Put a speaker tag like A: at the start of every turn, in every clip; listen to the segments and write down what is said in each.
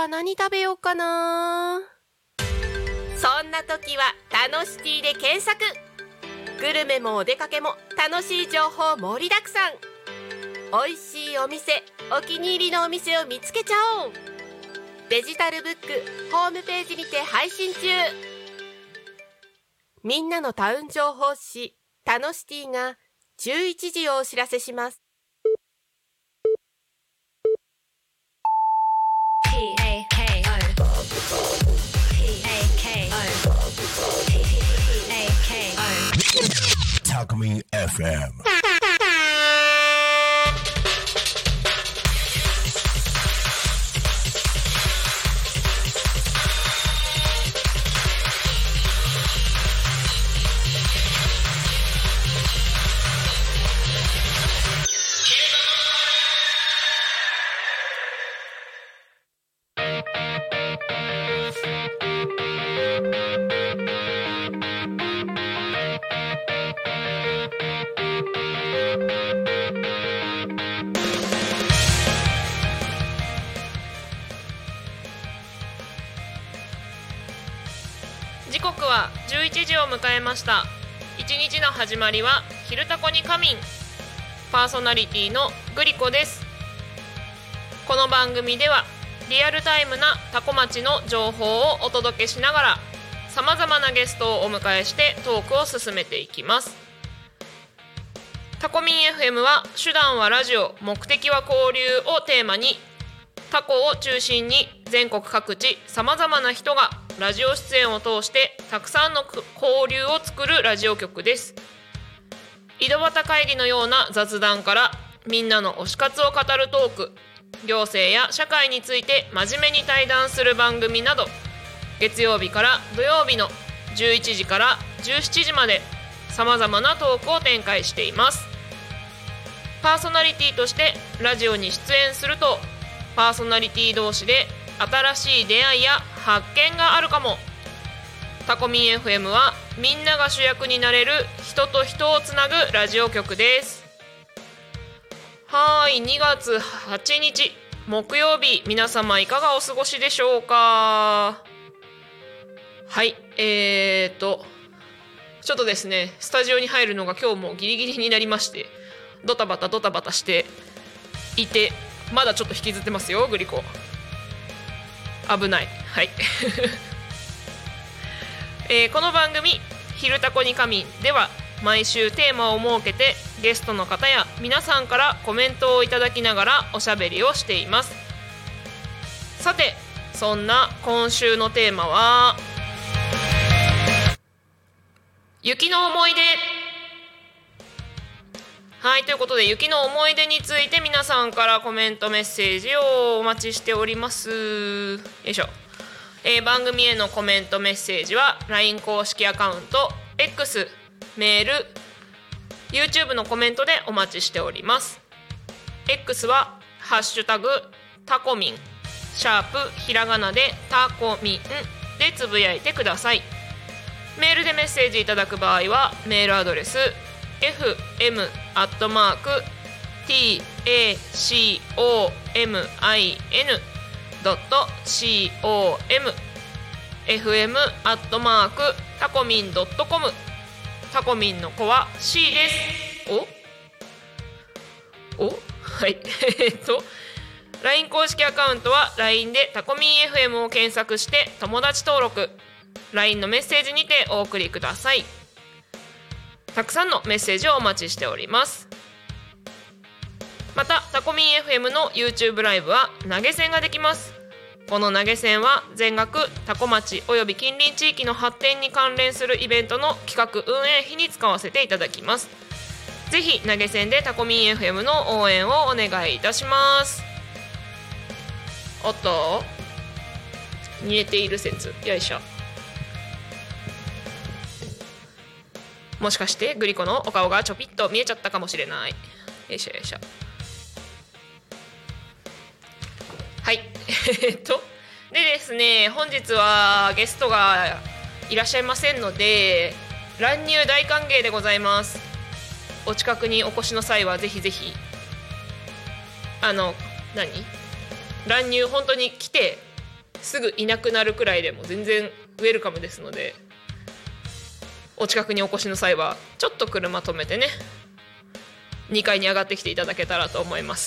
A: は何食べようかな。そんな時は楽しティで検索。グルメもお出かけも楽しい情報盛りだくさん。美味しいお店、お気に入りのお店を見つけちゃおう。デジタルブックホームページにて配信中。みんなのタウン情報誌タノシティが11時をお知らせします。
B: タコミン FM。
C: 時刻は11時を迎えました。一日の始まりは昼タコに仮眠。パーソナリティのグリコです。この番組ではリアルタイムなタコ町の情報をお届けしながら、さまざまなゲストをお迎えしてトークを進めていきます。タコミン FM は手段はラジオ、目的は交流をテーマに、タコを中心に全国各地さまざまな人がラジオ出演を通してたくさんの交流を作るラジオ局です。井戸端会議のような雑談からみんなの推し活を語るトーク、行政や社会について真面目に対談する番組など、月曜日から土曜日の11時から17時までさまざまなトークを展開しています。パーソナリティとしてラジオに出演すると、パーソナリティ同士で新しい出会いや発見があるかも。タコミン FM はみんなが主役になれる人と人をつなぐラジオ局です。はい、2月8日木曜日、皆様いかがお過ごしでしょうか。はい、ちょっとですね、スタジオに入るのが今日もギリギリになりまして、ドタバタしていて、まだちょっと引きずってますよ、グリコ。危ない。はい、この番組昼タコに仮眠では毎週テーマを設けて、ゲストの方や皆さんからコメントをいただきながらおしゃべりをしています。さて、そんな今週のテーマは雪の思い出。はい、ということで雪の思い出について皆さんからコメントメッセージをお待ちしております。よいしょ。番組へのコメントメッセージは LINE 公式アカウント、X、メール、YouTube のコメントでお待ちしております。 X はハッシュタグタコミン、シャープひらがなでタコミンでつぶやいてください。メールでメッセージいただく場合はメールアドレス fm@tacomin.com fm@tacomin.com。 タコミンの子は C です。はい。LINE 公式アカウントは LINE でタコミン FM を検索して友達登録、 LINE のメッセージにてお送りください。たくさんのメッセージをお待ちしております。またタコミン FM の YouTube ライブは投げ銭ができます。この投げ銭は全額タコ町および近隣地域の発展に関連するイベントの企画運営費に使わせていただきます。ぜひ投げ銭でタコミン FM の応援をお願いいたします。おっと、煮えている説。よいしょ。もしかしてグリコのお顔がちょぴっと見えちゃったかもしれない。よいしょよいしょ。はいでですね、本日はゲストがいらっしゃいませんので、乱入大歓迎でございます。お近くにお越しの際はぜひぜひ乱入本当に来てすぐいなくなるくらいでも全然ウェルカムですので、お近くにお越しの際はちょっと車止めてね、2階に上がってきていただけたらと思います。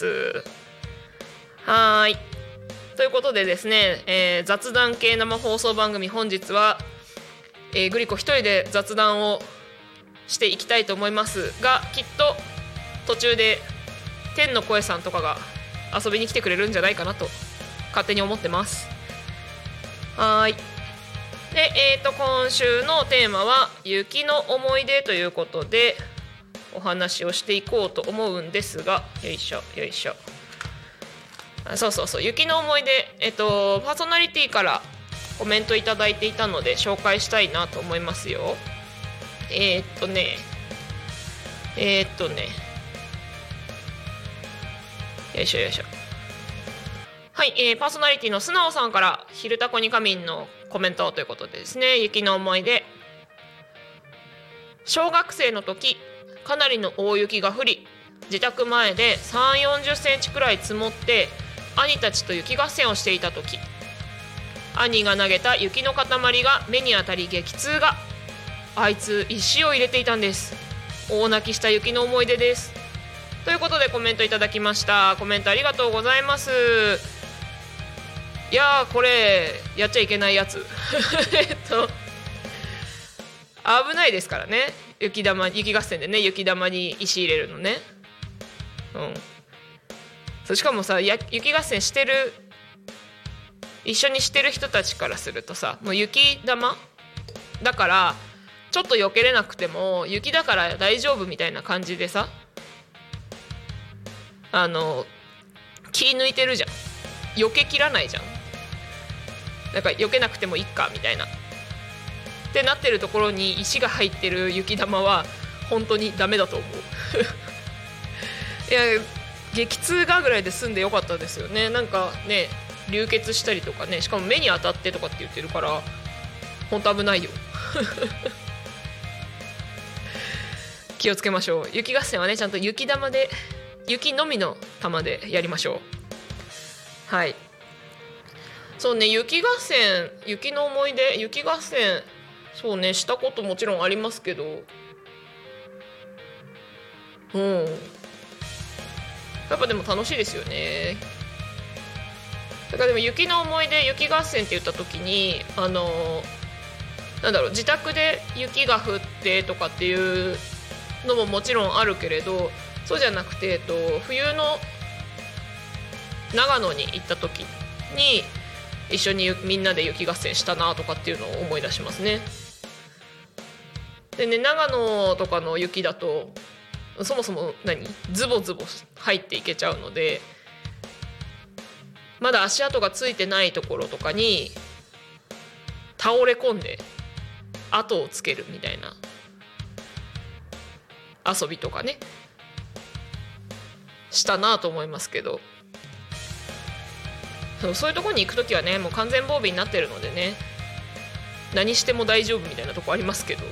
C: はい、ということでですね、雑談系生放送番組、本日は、グリコ一人で雑談をしていきたいと思いますが、きっと途中で天の声さんとかが遊びに来てくれるんじゃないかなと勝手に思ってます。はい。で、今週のテーマは雪の思い出ということでお話をしていこうと思うんですが、よいしょよいしょ。そう雪の思い出、パーソナリティからコメントいただいていたので紹介したいなと思いますよ。よいしょよいしょ。はい、パーソナリティの素直さんからひるたこにかみんのコメントということでですね、雪の思い出。小学生の時、かなりの大雪が降り、自宅前で3、40センチくらい積もって兄たちと雪合戦をしていた時、兄が投げた雪の塊が目に当たり激痛が。あいつ石を入れていたんです。大泣きした雪の思い出です。ということでコメントいただきました。コメントありがとうございます。いやー、これやっちゃいけないやつ危ないですからね。雪合戦でね、雪玉に石入れるのね。しかもさ、雪合戦してる、一緒にしてる人たちからするとさ、もう雪玉だからちょっと避けれなくても雪だから大丈夫みたいな感じでさ、気抜いてるじゃん。避けきらないじゃん。なんか避けなくてもいいかみたいなってなってるところに石が入ってる雪玉は本当にダメだと思ういや、激痛がぐらいで済んでよかったですよね。なんかね、流血したりとかね、しかも目に当たってとかって言ってるから本当危ないよ気をつけましょう。雪合戦はね、ちゃんと雪玉で、雪のみの玉でやりましょう。はい。そうね、雪合戦、雪の思い出、雪合戦、そうね、したこともちろんありますけど、やっぱでも楽しいですよね。だからでも雪の思い出、雪合戦って言った時になんだろう、自宅で雪が降ってとかっていうのももちろんあるけれど、そうじゃなくて、冬の長野に行った時に一緒にみんなで雪合戦したなとかっていうのを思い出しますね。でね、長野とかの雪だとそもそもズボズボ入っていけちゃうので、まだ足跡がついてないところとかに倒れ込んで跡をつけるみたいな遊びとかねしたなと思いますけど、そういうところに行くときはね、もう完全防備になってるのでね、何しても大丈夫みたいなとこありますけど、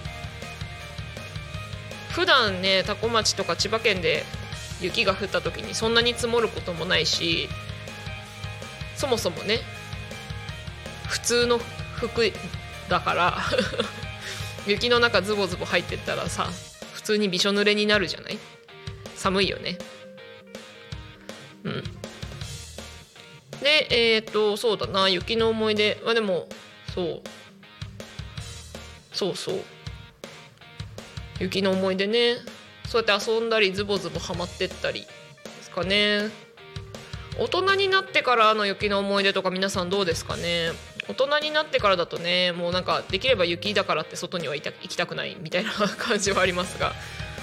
C: 普段ね、多古町とか千葉県で雪が降った時にそんなに積もることもないし、そもそもね普通の服だから雪の中ズボズボ入ってったらさ、普通にびしょ濡れになるじゃない。寒いよね。で、そうだな、雪の思い出はでもそう雪の思い出ね、そうやって遊んだりズボズボハマってったりですかね。大人になってからの雪の思い出とか皆さんどうですかね。大人になってからだとね、もうなんかできれば雪だからって外には行きたくないみたいな感じはありますが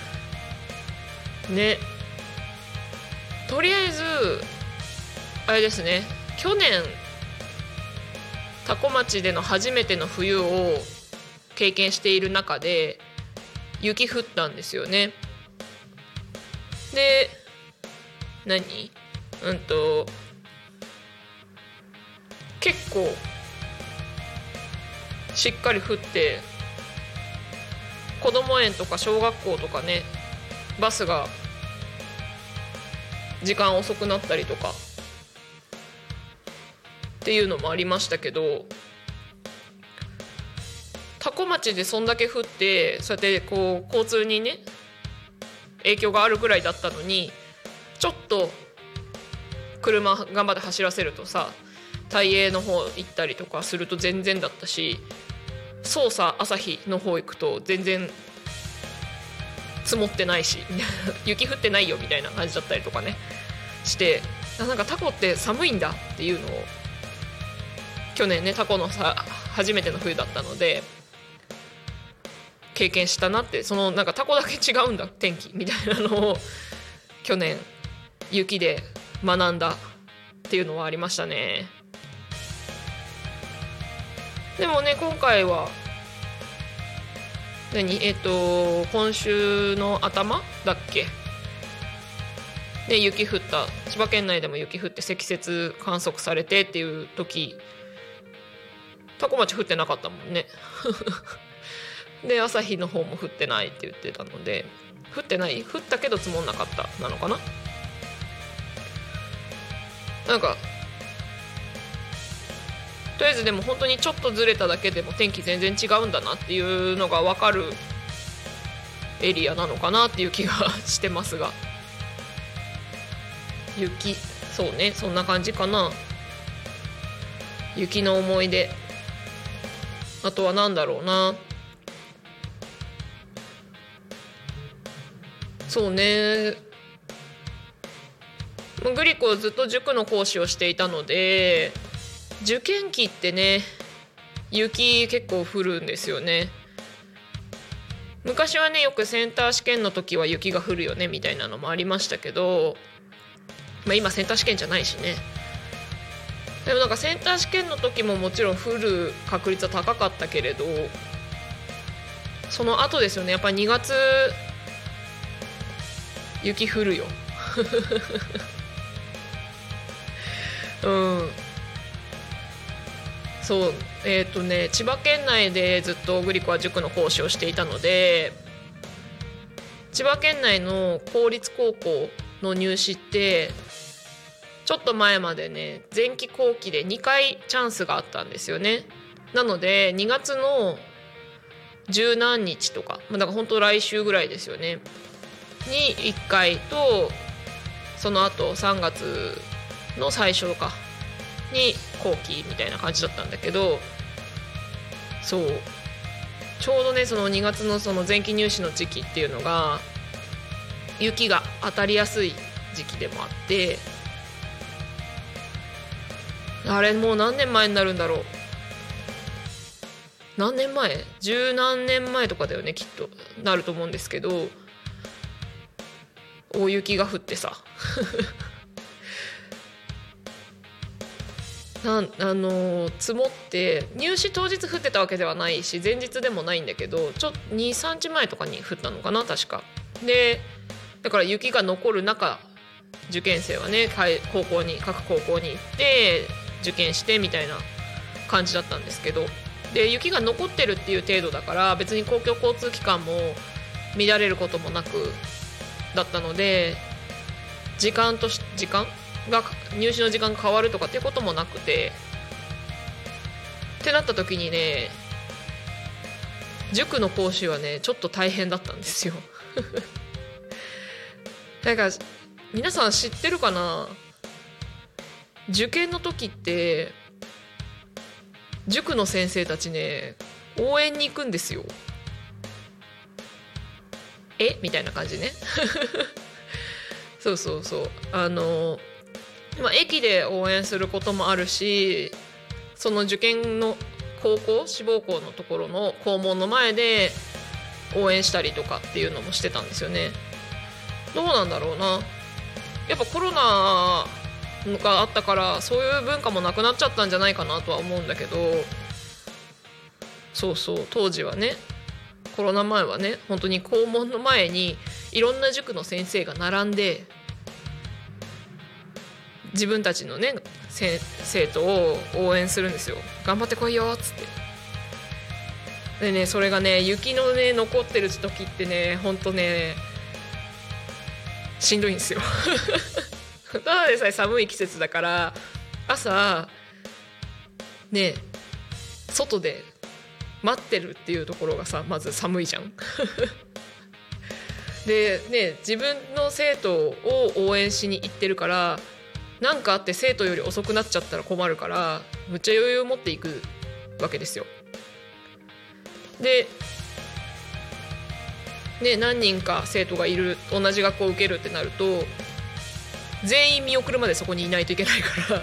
C: ね。とりあえずあれですね、去年多古町での初めての冬を経験している中で雪降ったんですよね。で結構しっかり降って、子ども園とか小学校とかね、バスが時間遅くなったりとかていうのもありましたけど、多古町でそんだけ降ってそうやってこう交通にね影響があるぐらいだったのに、ちょっと車頑張って走らせるとさ、大栄の方行ったりとかすると全然だったし、匝瑳旭の方行くと全然積もってないし雪降ってないよみたいな感じだったりとかねして、なんかタコって寒いんだっていうのを去年ね、タコのさ初めての冬だったので経験したなって、そのなんかタコだけ違うんだ天気みたいなのを去年雪で学んだっていうのはありましたね。でもね、今回は今週の頭だっけね、雪降った、千葉県内でも雪降って積雪観測されてっていう時、多古町降ってなかったもんねで旭の方も降ってないって言ってたので、降ったけど積もんなかったなのかな。なんかとりあえずでも本当にちょっとずれただけでも天気全然違うんだなっていうのが分かるエリアなのかなっていう気がしてますが、雪、そうね、そんな感じかな。雪の思い出、あとはなんだろうな。そうね、グリコずっと塾の講師をしていたので、受験期ってね雪結構降るんですよね。昔はねよくセンター試験の時は雪が降るよねみたいなのもありましたけど、今センター試験じゃないしね。でもなんかセンター試験の時ももちろん降る確率は高かったけれど、その後ですよね、やっぱり2月雪降るようんそう千葉県内でずっとグリコは塾の講師をしていたので、千葉県内の公立高校の入試ってちょっと前までね前期後期で2回チャンスがあったんですよね。なので2月の十何日とか、だから本当来週ぐらいですよねに1回と、その後3月の最初かに後期みたいな感じだったんだけど、そうちょうどねその2月のその前期入試の時期っていうのが雪が当たりやすい時期でもあって、あれもう何年前になるんだろう、何年前、十何年前とかだよねきっとなると思うんですけど、大雪が降ってさ積もって入試当日降ってたわけではないし前日でもないんだけど、ちょっと 2,3 日前とかに降ったのかな確かで、だから雪が残る中受験生はね各高校に行って受験してみたいな感じだったんですけど、で雪が残ってるっていう程度だから別に公共交通機関も乱れることもなくだったので、時間が入試の時間が変わるとかっていうこともなくて、ってなった時にね塾の講師はねちょっと大変だったんですよだから皆さん知ってるかな、受験の時って塾の先生たちね応援に行くんですよ。みたいな感じねそう駅で応援することもあるし、その受験の高校志望校のところの校門の前で応援したりとかっていうのもしてたんですよね。どうなんだろうな、やっぱコロナがあったからそういう文化もなくなっちゃったんじゃないかなとは思うんだけど、当時はねコロナ前はね本当に校門の前にいろんな塾の先生が並んで自分たちのね生徒を応援するんですよ。頑張ってこいよっつって。でねそれがね雪のね残ってる時ってねほんとねしんどいんですよただでさえ寒い季節だから朝ね外で待ってるっていうところがさまず寒いじゃんでね自分の生徒を応援しに行ってるからなんかあって生徒より遅くなっちゃったら困るからむっちゃ余裕を持っていくわけですよ。でね何人か生徒がいる同じ学校を受けるってなると全員見送るまでそこにいないといけないから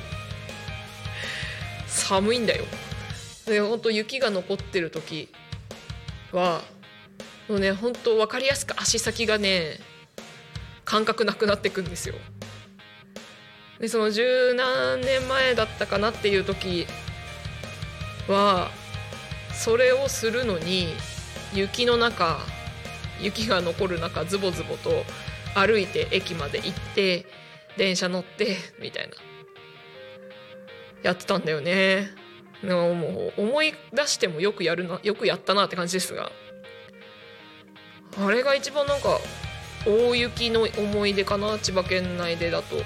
C: 寒いんだよ。で本当雪が残ってる時はもうね本当分かりやすく足先がね感覚なくなってくんですよ。でその十何年前だったかなっていう時はそれをするのに雪の中雪が残る中ズボズボと歩いて駅まで行って電車乗ってみたいなやってたんだよね。でももう思い出してもよくやったなって感じですが、あれが一番なんか大雪の思い出かな。千葉県内でだと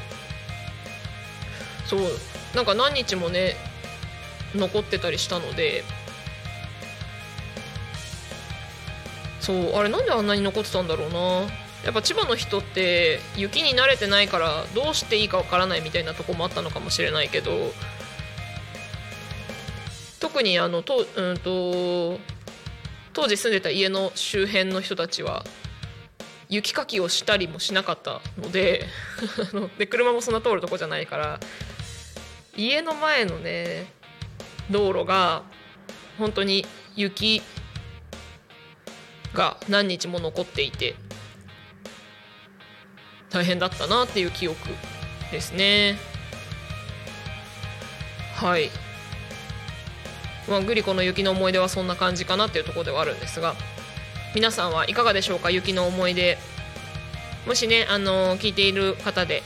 C: そうなんか何日もね残ってたりしたので、そうあれなんであんなに残ってたんだろうな。やっぱ千葉の人って雪に慣れてないからどうしていいかわからないみたいなとこもあったのかもしれないけど、特に当時住んでた家の周辺の人たちは雪かきをしたりもしなかったのでで車もそんな通るとこじゃないから家の前のね道路が本当に雪が何日も残っていて大変だったなっていう記憶ですね。はい、グリコの雪の思い出はそんな感じかなっていうところではあるんですが、皆さんはいかがでしょうか。雪の思い出もしね聞いている方で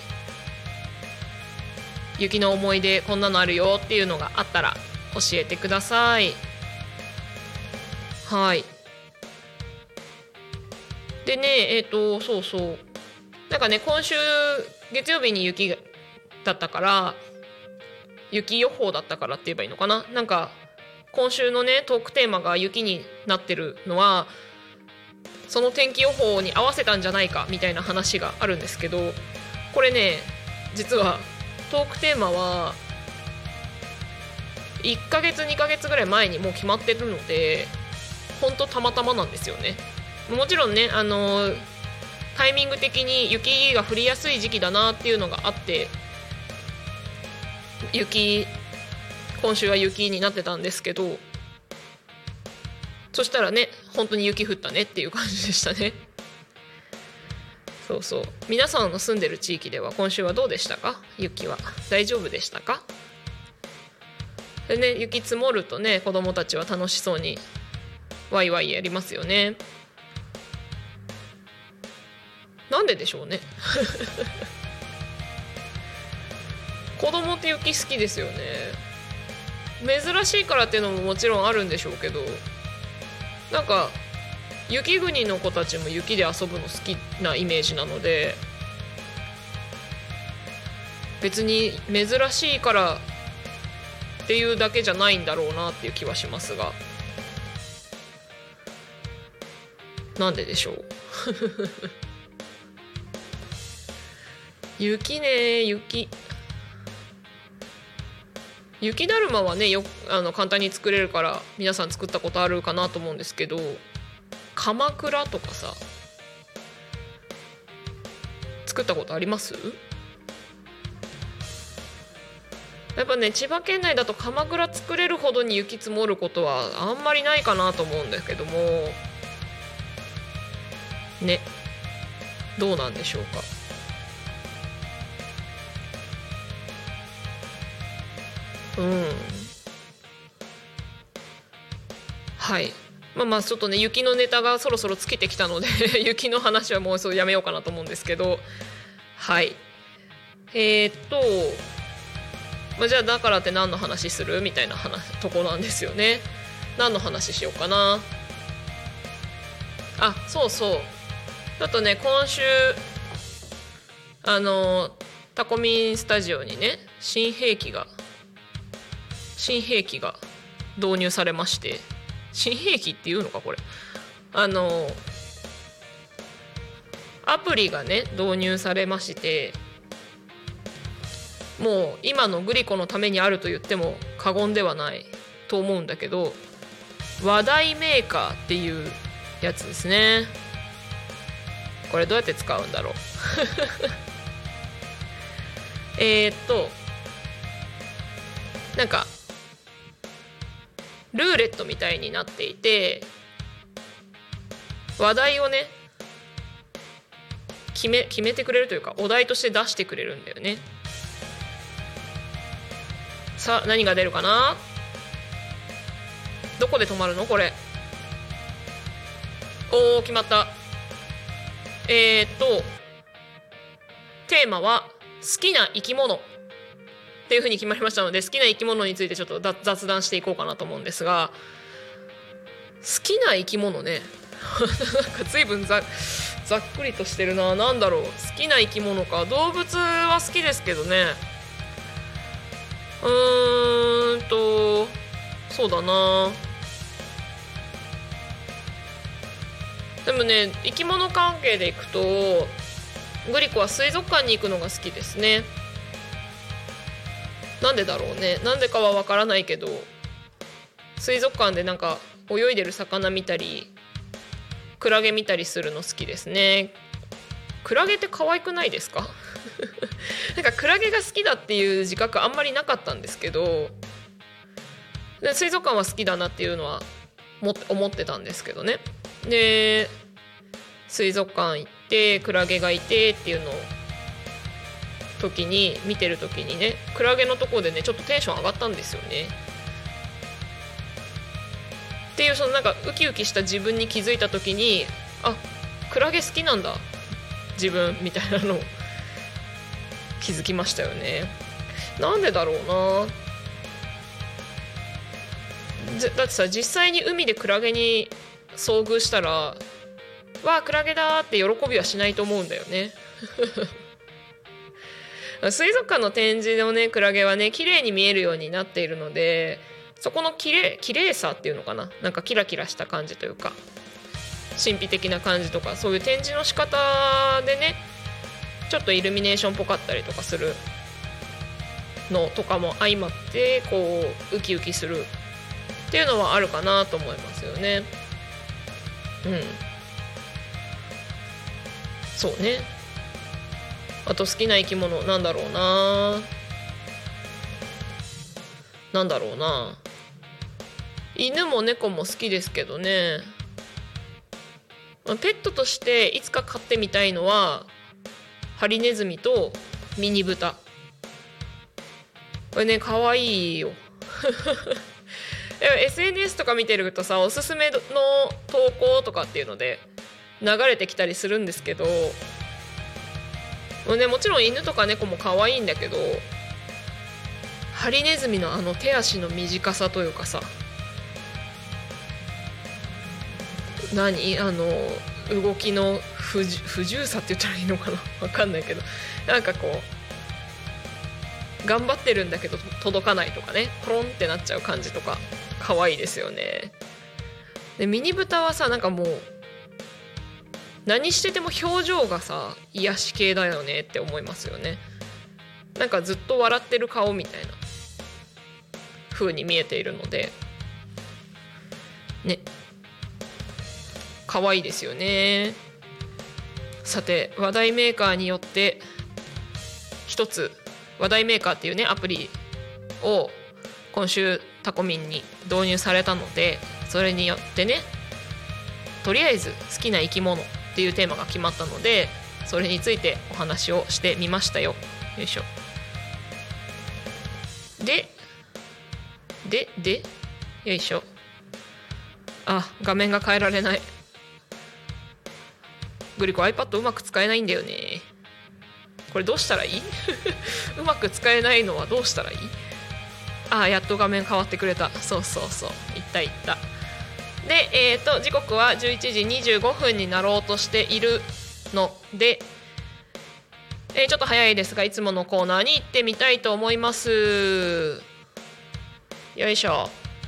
C: 雪の思い出こんなのあるよっていうのがあったら教えてください。はいでねそうなんかね今週月曜日に雪だったから雪予報だったからって言えばいいのかな。なんか今週のねトークテーマが雪になってるのはその天気予報に合わせたんじゃないかみたいな話があるんですけど、これね実はトークテーマは1ヶ月2ヶ月ぐらい前にもう決まってるのでほんとたまたまなんですよね。もちろんねタイミング的に雪が降りやすい時期だなっていうのがあって今週は雪になってたんですけど、そしたらね本当に雪降ったねっていう感じでしたね。そう皆さんの住んでる地域では今週はどうでしたか。雪は大丈夫でしたか。でね雪積もるとね子供たちは楽しそうにワイワイやりますよね。なんででしょうね子供って雪好きですよね。珍しいからっていうのももちろんあるんでしょうけど、なんか雪国の子たちも雪で遊ぶの好きなイメージなので、別に珍しいからっていうだけじゃないんだろうなっていう気はしますが、なんででしょう雪ね雪だるまはね簡単に作れるから皆さん作ったことあるかなと思うんですけど、鎌倉とかさ作ったことあります？やっぱね千葉県内だと鎌倉作れるほどに雪積もることはあんまりないかなと思うんだけどもね、どうなんでしょうか。はいまあちょっとね雪のネタがそろそろ尽きてきたので雪の話はもうそうやめようかなと思うんですけど、はいじゃあだからって何の話するみたいなとこなんですよね。何の話しようかな。そうちょっとね今週タコミンスタジオにね新兵器が新兵器が導入されまして、新兵器っていうのかこれ、アプリがね導入されまして、もう今のグリコのためにあると言っても過言ではないと思うんだけど、話題メーカーっていうやつですね。これどうやって使うんだろうなんかルーレットみたいになっていて、話題をね決めてくれるというか、お題として出してくれるんだよね。さあ何が出るかな。どこで止まるのこれ。おー、決まった。テーマは好きな生き物っていうふうに決まりましたので、好きな生き物についてちょっと雑談していこうかなと思うんですが、好きな生き物ねなんか随分ざっくりとしてるな。なんだろう、好きな生き物か。動物は好きですけどね。そうだな。でもね、生き物関係でいくとグリコは水族館に行くのが好きですね。なんでだろうね。なんでかはわからないけど、水族館でなんか泳いでる魚見たりクラゲ見たりするの好きですね。クラゲって可愛くないですかなんかクラゲが好きだっていう自覚あんまりなかったんですけど、水族館は好きだなっていうのは思ってたんですけどね。で水族館行ってクラゲがいてっていうのを見てる時にね、クラゲのところでねちょっとテンション上がったんですよね。っていう、そのなんかウキウキした自分に気づいた時に、あ、クラゲ好きなんだ自分みたいなのを気づきましたよね。なんでだろうな。だってさ、実際に海でクラゲに遭遇したら、わあクラゲだって喜びはしないと思うんだよね水族館の展示のねクラゲはね綺麗に見えるようになっているので、そこの綺麗さっていうのかな、なんかキラキラした感じというか神秘的な感じとか、そういう展示の仕方でねちょっとイルミネーションっぽかったりとかするのとかも相まって、こうウキウキするっていうのはあるかなと思いますよね。そうね。あと好きな生き物なんだろうな。犬も猫も好きですけどね。ペットとしていつか飼ってみたいのはハリネズミとミニブタ。これね可愛いよSNS とか見てるとさ、おすすめの投稿とかっていうので流れてきたりするんですけど、もちろん犬とか猫も可愛いんだけど、ハリネズミのあの手足の短さというかさ、動きの不自由さって言ったらいいのかな、分かんないけど、なんかこう頑張ってるんだけど届かないとかね、コロンってなっちゃう感じとか可愛いですよね。でミニブタはさ、なんかもう何してても表情がさ癒し系だよねって思いますよね。なんかずっと笑ってる顔みたいな風に見えているのでね、可愛いですよね。さて、話題メーカーによって一つ、話題メーカーっていうねアプリを今週タコミンに導入されたので、それによってね、とりあえず好きな生き物っていうテーマが決まったので、それについてお話をしてみましたよ。よいしょ。でよいしょ。あ、画面が変えられない。グリコ iPad うまく使えないんだよね。これどうしたらいいうまく使えないのはどうしたらいい？あ、やっと画面変わってくれた。そう、いった。で、時刻は11時25分になろうとしているので、ちょっと早いですがいつものコーナーに行ってみたいと思います。 よいしょ。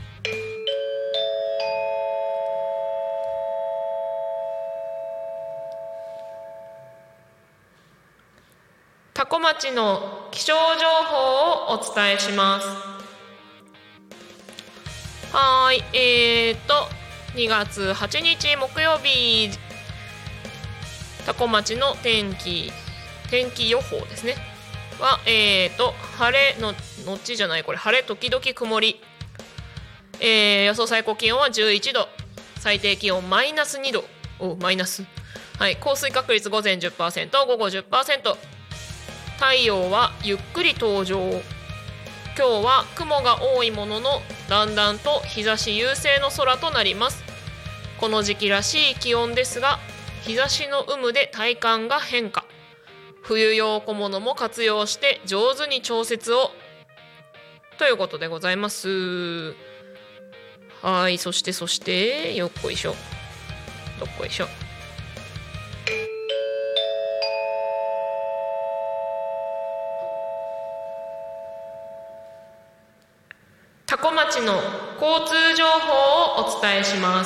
C: 多古町の気象情報をお伝えします。はい、2月8日木曜日、多古町の天気予報ですねは、晴れのちじゃない、これ晴れ時々曇り、予想最高気温は11度、最低気温マイナス2度、マイナス、はい、降水確率午前 10%、 午後 10%、 太陽はゆっくり登場。今日は雲が多いもののだんだんと日差し優勢の空となります。この時期らしい気温ですが、日差しの有無で体感が変化。冬用小物も活用して上手に調節を、ということでございます。はい、そしてよっこいしょ、どっこいしょ。多古町の交通情報をお伝えします。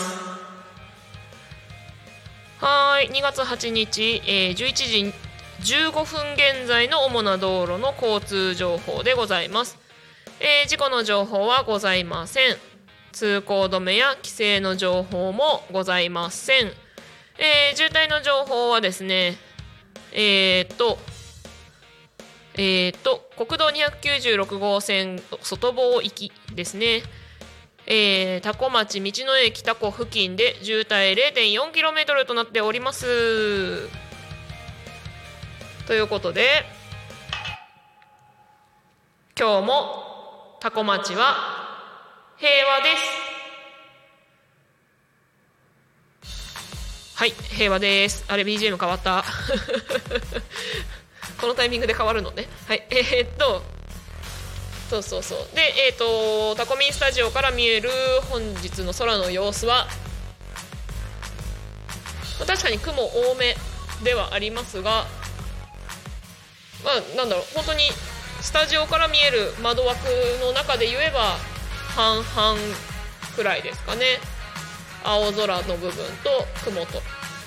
C: はい、2月8日、11時15分現在の主な道路の交通情報でございます。事故の情報はございません。通行止めや規制の情報もございません。渋滞の情報はですね、国道296号線外房行きですね。多古町道の駅多古付近で渋滞 0.4km となっております。ということで、今日も多古町は平和です。はい、平和です。あれ BGM 変わったこのタイミングで変わるのね。はい、そうで、タコミンスタジオから見える本日の空の様子は、確かに雲多めではありますが、なんだろう、本当にスタジオから見える窓枠の中で言えば半々くらいですかね。青空の部分と雲と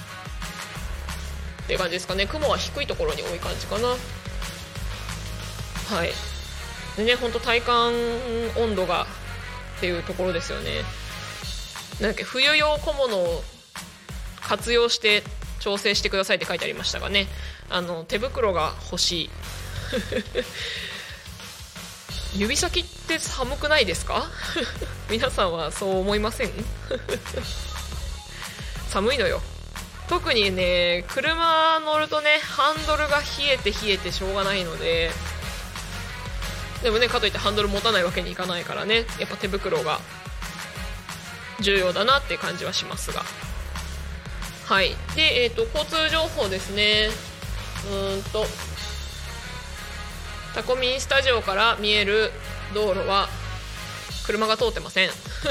C: っていう感じですかね。雲は低いところに多い感じかな。はい。でね、本当体感温度がっていうところですよね。なんだっけ、冬用小物を活用して調整してくださいって書いてありましたがね、手袋が欲しい指先って寒くないですか皆さんはそう思いません寒いのよ。特にね、車乗るとね、ハンドルが冷えてしょうがないので、でもね、かといってハンドル持たないわけにいかないからね、やっぱ手袋が重要だなって感じはしますが、はい。で、交通情報ですね。タコミンスタジオから見える道路は車が通ってません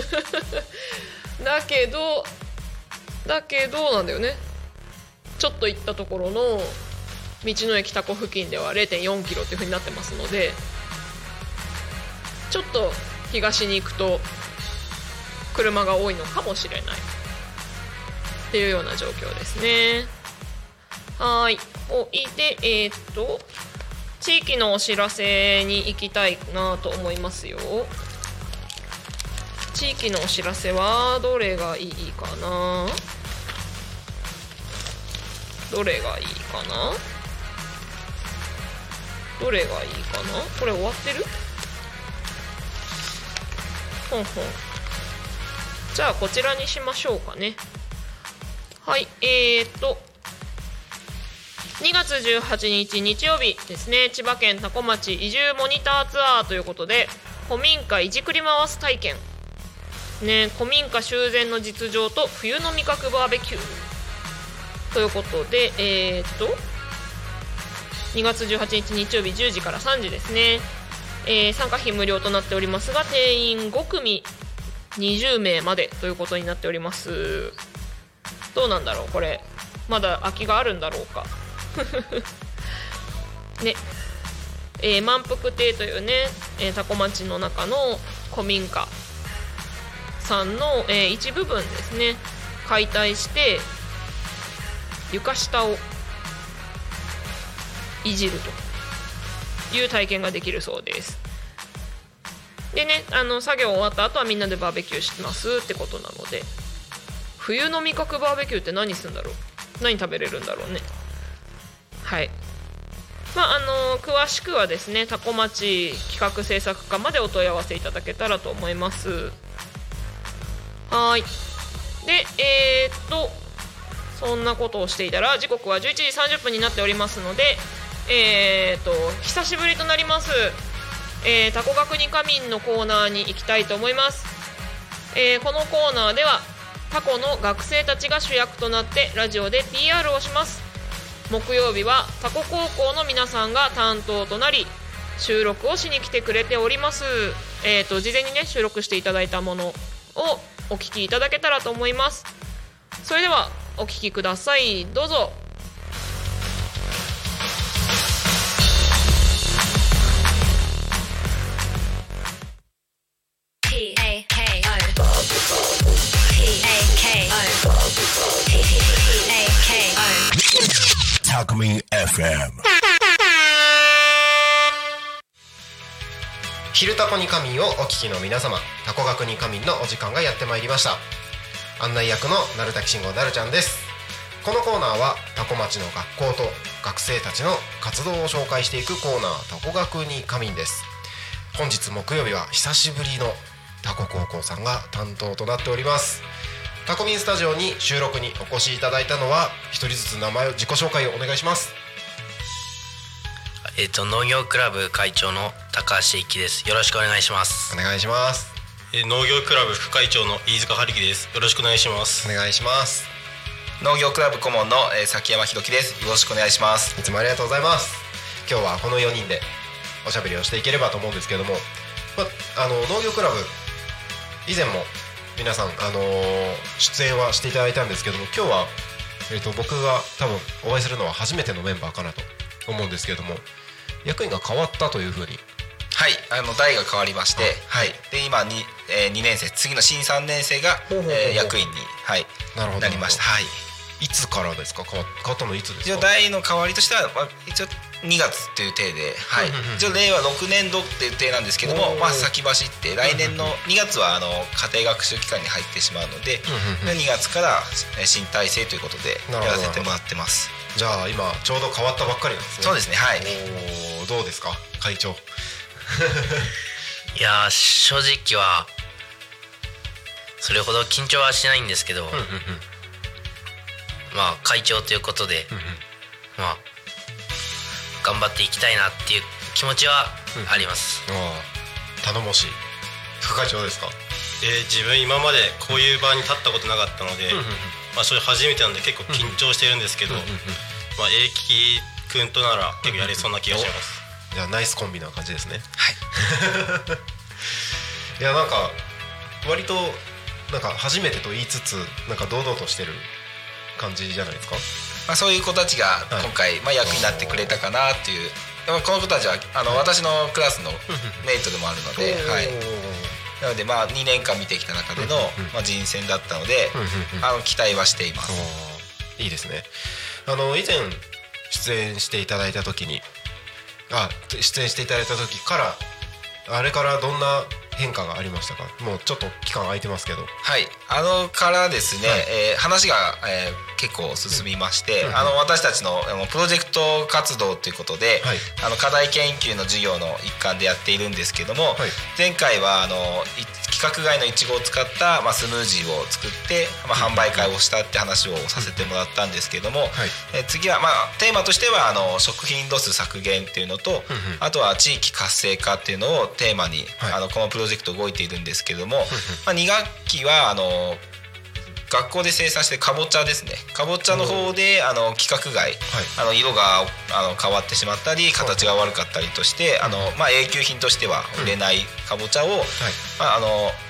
C: だけどなんだよね、ちょっと行ったところの道の駅タコ付近では 0.4 キロっていう風になってますので、ちょっと東に行くと車が多いのかもしれないっていうような状況ですね。はい。で、地域のお知らせに行きたいなと思いますよ。地域のお知らせはどれがいいかな。これ終わってる？じゃあこちらにしましょうかね。はい。2月18日日曜日ですね、千葉県多古町移住モニターツアーということで、古民家いじくり回す体験ね、古民家修繕の実情と冬の味覚バーベキューということで、2月18日日曜日10時から3時ですね。参加費無料となっておりますが、定員5組20名までということになっております。どうなんだろう、これまだ空きがあるんだろうかね。 満腹亭というね、多古町の中の古民家さんの、一部分ですね解体して床下をいじるという体験ができるそうです。でね、作業終わった後はみんなでバーベキューしますってことなので、冬の味覚バーベキューって何するんだろう、何食べれるんだろうね。はい、詳しくはですね多古町企画制作課までお問い合わせいただけたらと思います。はい。でそんなことをしていたら時刻は11時30分になっておりますので、久しぶりとなります、多古学に仮眠のコーナーに行きたいと思います。このコーナーでは多古の学生たちが主役となってラジオで PR をします。木曜日は多古高校の皆さんが担当となり収録をしに来てくれております。事前にね収録していただいたものをお聞きいただけたらと思います。それではお聞きください、どうぞ。
B: タコミン FM
D: 昼タコに仮眠をお聞きの皆様、タコ学に仮眠のお時間がやってまいりました。案内役の鳴滝慎吾なるちゃんです。このコーナーはタコ町の学校と学生たちの活動を紹介していくコーナー、タコ学に仮眠です。本日木曜日は久しぶりのタコ高校さんが担当となっております。タコミンスタジオに収録にお越しいただいたのは一人ずつ名前を自己紹介をお願いします。
E: 農業クラブ会長の高橋一輝です。よろしくお願いします。
D: お願いします。
F: 農業クラブ副会長の飯塚春樹です。よろしくお願いします。
D: お願いします。
G: 農業クラブ顧問の崎山弘樹です。よろしくお願いします。
D: いつもありがとうございます。今日はこの4人でおしゃべりをしていければと思うんですけども、農業クラブ以前も皆さん、出演はしていただいたんですけども、今日は、僕が多分お会いするのは初めてのメンバーかなと思うんですけども、役員が変わったというふうに。
G: はい、代が変わりまして、はい、で今に、2年生、次の新3年生が役員に、はい、なりました。はい、
D: いつからですか？変わったのいつですか？
G: 一応代の代わりとしては、一応2月という体で、はい、一応令和6年度っていう体なんですけども、先走って来年の2月は家庭学習期間に入ってしまうので、2月から新体制ということでやらせてもらってます。
D: じゃあ今ちょうど変わったばっかりなんですね。
G: そうですね、はい。
D: どうですか会長？
E: いや正直はそれほど緊張はしないんですけど、会長ということで、頑張っていきたいなっていう気持ちはあります。
D: 頼もしい。副会長ですか？
F: 自分今までこういう場に立ったことなかったので、それ初めてなんで結構緊張してるんですけど、英樹君となら結構やれそうな気がします。
D: じゃあナイスコンビな感じですね。
G: はい
D: いやなんか割となんか初めてと言いつつなんか堂々としてる感じじゃないですか？
G: そういう子たちが今回、役になってくれたかなっていう。この子たちは私のクラスのメイトでもあるので、はい、なので2年間見てきた中での人選だったので、期待はしています。
D: いいですね。以前出演していただいた時からあれからどんな変化がありましたか？もうちょっと期間空いてますけど。
G: はい、からですね、話が、結構進みまして、私たちのプロジェクト活動ということで、課題研究の授業の一環でやっているんですけども、前回は規格外のイチゴを使った、スムージーを作って、販売会をしたって話をさせてもらったんですけども、次は、テーマとしては食品ロス削減っていうのと、あとは地域活性化っていうのをテーマに、このプロジェクト動いているんですけども、2学期は学校で生産してかぼちゃですね、かぼちゃの方で規格外、色が変わってしまったり形が悪かったりとして永久品としては売れないかぼちゃを、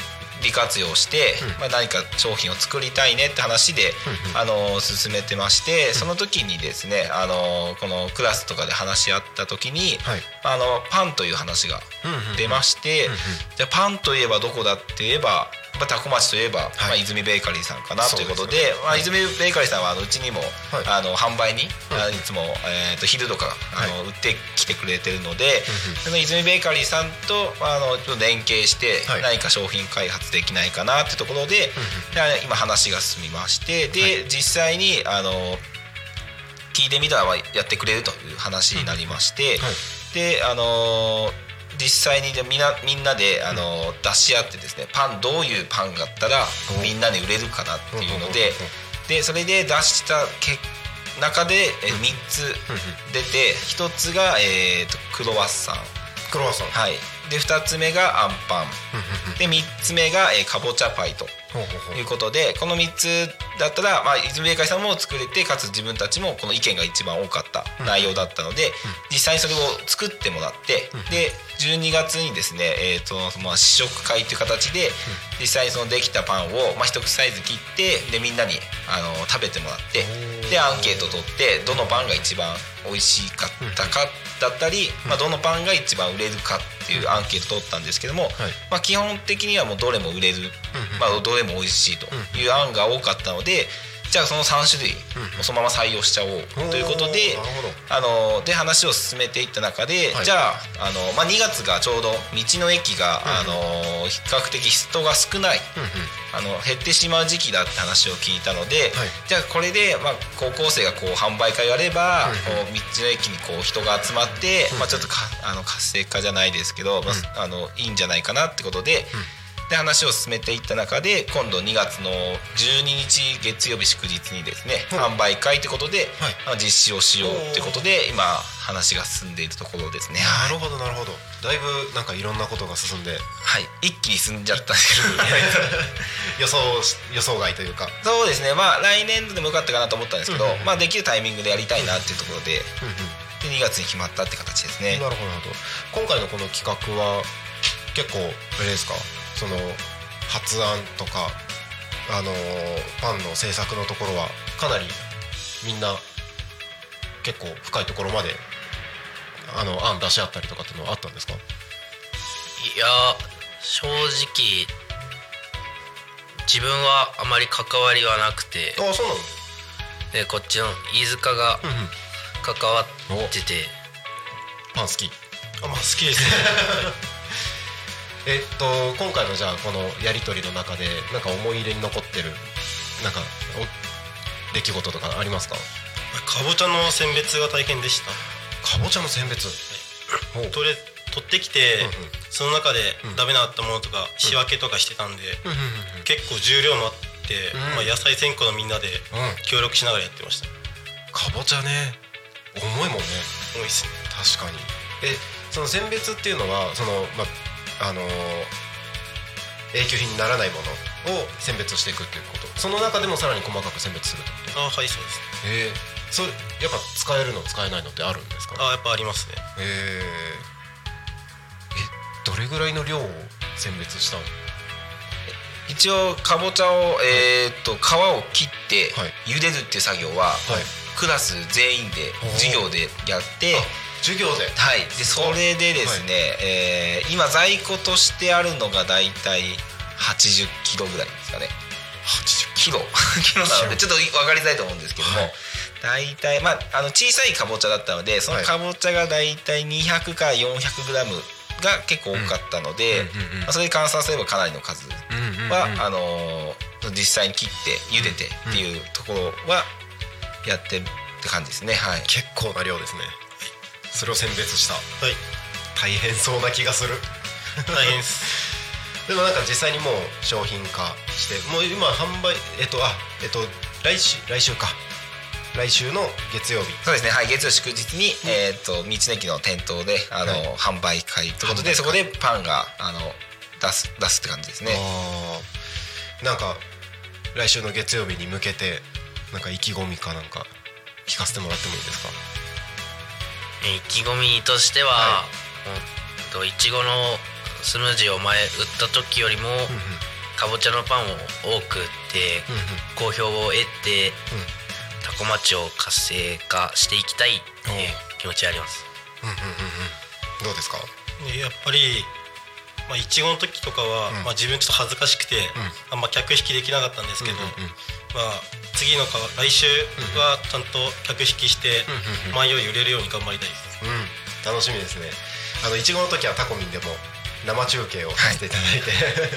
G: 利活用して、何か商品を作りたいねって話で、進めてまして、その時にですねこのクラスとかで話し合った時に、パンという話が出まして、じゃあパンといえばどこだって言えば多古町といえば、泉ベーカリーさんかなということで、泉ベーカリーさんはうちにも、販売に、いつも、昼とか売ってきてくれてるので、その泉ベーカリーさんと連携して何か商品開発できないかなっていうところで、今話が進みまして、で実際に聞いてみたらやってくれるという話になりまして、で実際にみんなで出し合ってですね、どういうパンがあったらみんなに売れるかなっていうので、それで出した中で3つ出て、1つがクロワッサン、はい、で2つ目がアンパンで3つ目がかぼちゃパイということで、この3つだったら泉ベーカリーさんも作れて、かつ自分たちもこの意見が一番多かった内容だったので、実際にそれを作ってもらって、で12月にですね、試食会という形で実際にそのできたパンを一口サイズ切って、でみんなに食べてもらって、でアンケート取って、どのパンが一番美味しかったかだったり、どのパンが一番売れるかっていうアンケート取ったんですけども、基本的にはもうどれも売れる、どれも美味しいという案が多かったので、じゃあその3種類そのまま採用しちゃおうということで、で話を進めていった中で、じゃあ2月がちょうど道の駅が比較的人が少ない、減ってしまう時期だって話を聞いたので、じゃあこれで高校生が販売会やれば、道の駅に人が集まって、ちょっと活性化じゃないですけど、いいんじゃないかなってことで。で話を進めていった中で、今度2月の12日月曜日祝日にですね、販売会ということで、実施をしようということで今話が進んでいるところですね。
D: なるほどなるほど。だいぶいろんなことが進んで、
G: 一気に進んじゃったんですけど
D: 予想外というか。
G: そうですね、来年度でもよかったかなと思ったんですけど、できるタイミングでやりたいなっていうところで、で2月に決まったって形ですね。
D: なるほどなるほど。今回のこの企画は結構あれですか、その発案とかパンの制作のところはかなりみんな結構深いところまで案出し合ったりとかっていうのはあったんですか？
E: いや正直自分はあまり関わりはなくて、
D: そうなの？
E: でこっちの飯塚が関わってて、
D: パン好き？
F: 好きですね
D: 今回のじゃあこのやり取りの中で思い入れに残ってる出来事とかありますか？
F: かぼちゃの選別が大変でした。
D: かぼちゃの選別、
F: 取ってきて、その中でダメだったものとか仕分けとかしてたんで、結構重量もあって、野菜専攻のみんなで協力しながらやってました。
D: かぼちゃね、重いもんね。
F: 重いですね。
D: 確かに。その選別っていうのは永久品にならないものを選別していくっていうこと、その中でもさらに細かく選別するってこと？
F: はい、そうです。
D: それやっぱ使えるの使えないのってあるんですか？
F: やっぱありますね。
D: どれぐらいの量を選別したの？
G: 一応かぼちゃを、皮を切って茹でるっていう作業は、クラス全員で授業でやって、
D: 授業で、
G: でそれでですね、今在庫としてあるのがだいたい80キロぐらいですかね。80キロなのでちょっと分かりづらいと思うんですけども、だいたい小さいかぼちゃだったので、そのかぼちゃがだいたい200から400グラムが結構多かったので、それで換算すればかなりの数は実際に切って茹でてっていうところはやってって感じですね。
D: 結構な量ですね。それを選別した。大変そうな気がする。
F: 大変です
D: でも実際にもう商品化して、もう今販売来週の月曜日。
G: そうですね、月曜祝日に道の駅の店頭で販売会ということで、そこでパンが出すって感じですね。
D: 来週の月曜日に向けて意気込みか聞かせてもらってもいいですか？
E: 意気込みとしては、いちごのスムージーを前売った時よりもかぼちゃのパンを多く売って好評を得て多古町を活性化していきたいっていう気持ちがあります。
D: どうですか？
F: やっぱりいちごの時とかは、自分ちょっと恥ずかしくて、あんま客引きできなかったんですけど、次の来週はちゃんと客引きして前より売れるように頑張りたいです。
D: 楽しみですね。いちごの時はタコミンでも生中継をさせていただいて、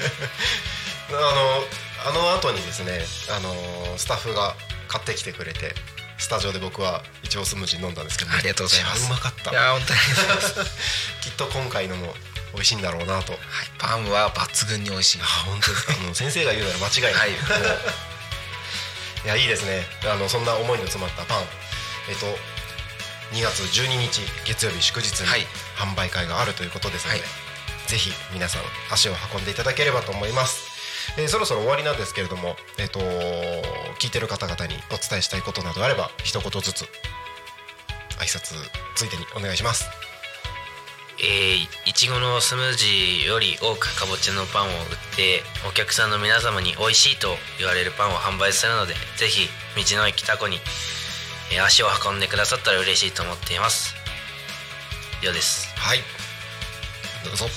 D: あの後にですね、スタッフが買ってきてくれてスタジオで僕はいちごスムージー飲んだんですけど、
G: ありがとうございます。
D: うまかった。
G: いや本当に
D: きっと今回のも美味しいんだろうなと。
G: パンは抜群に美味しい。
D: 本当ですか？先生が言うなら間違いない。いやいいですね。そんな思いの詰まったパン、2月12日月曜日祝日に販売会があるということですので、ぜひ皆さん足を運んでいただければと思います。そろそろ終わりなんですけれども、聞いてる方々にお伝えしたいことなどあれば一言ずつ挨拶ついでにお願いします。
E: いちごのスムージーより多くかぼちゃのパンを売ってお客さんの皆様に美味しいと言われるパンを販売するので、ぜひ道の駅タコに足を運んでくださったら嬉しいと思っています。以上です。
D: はい、どうぞ。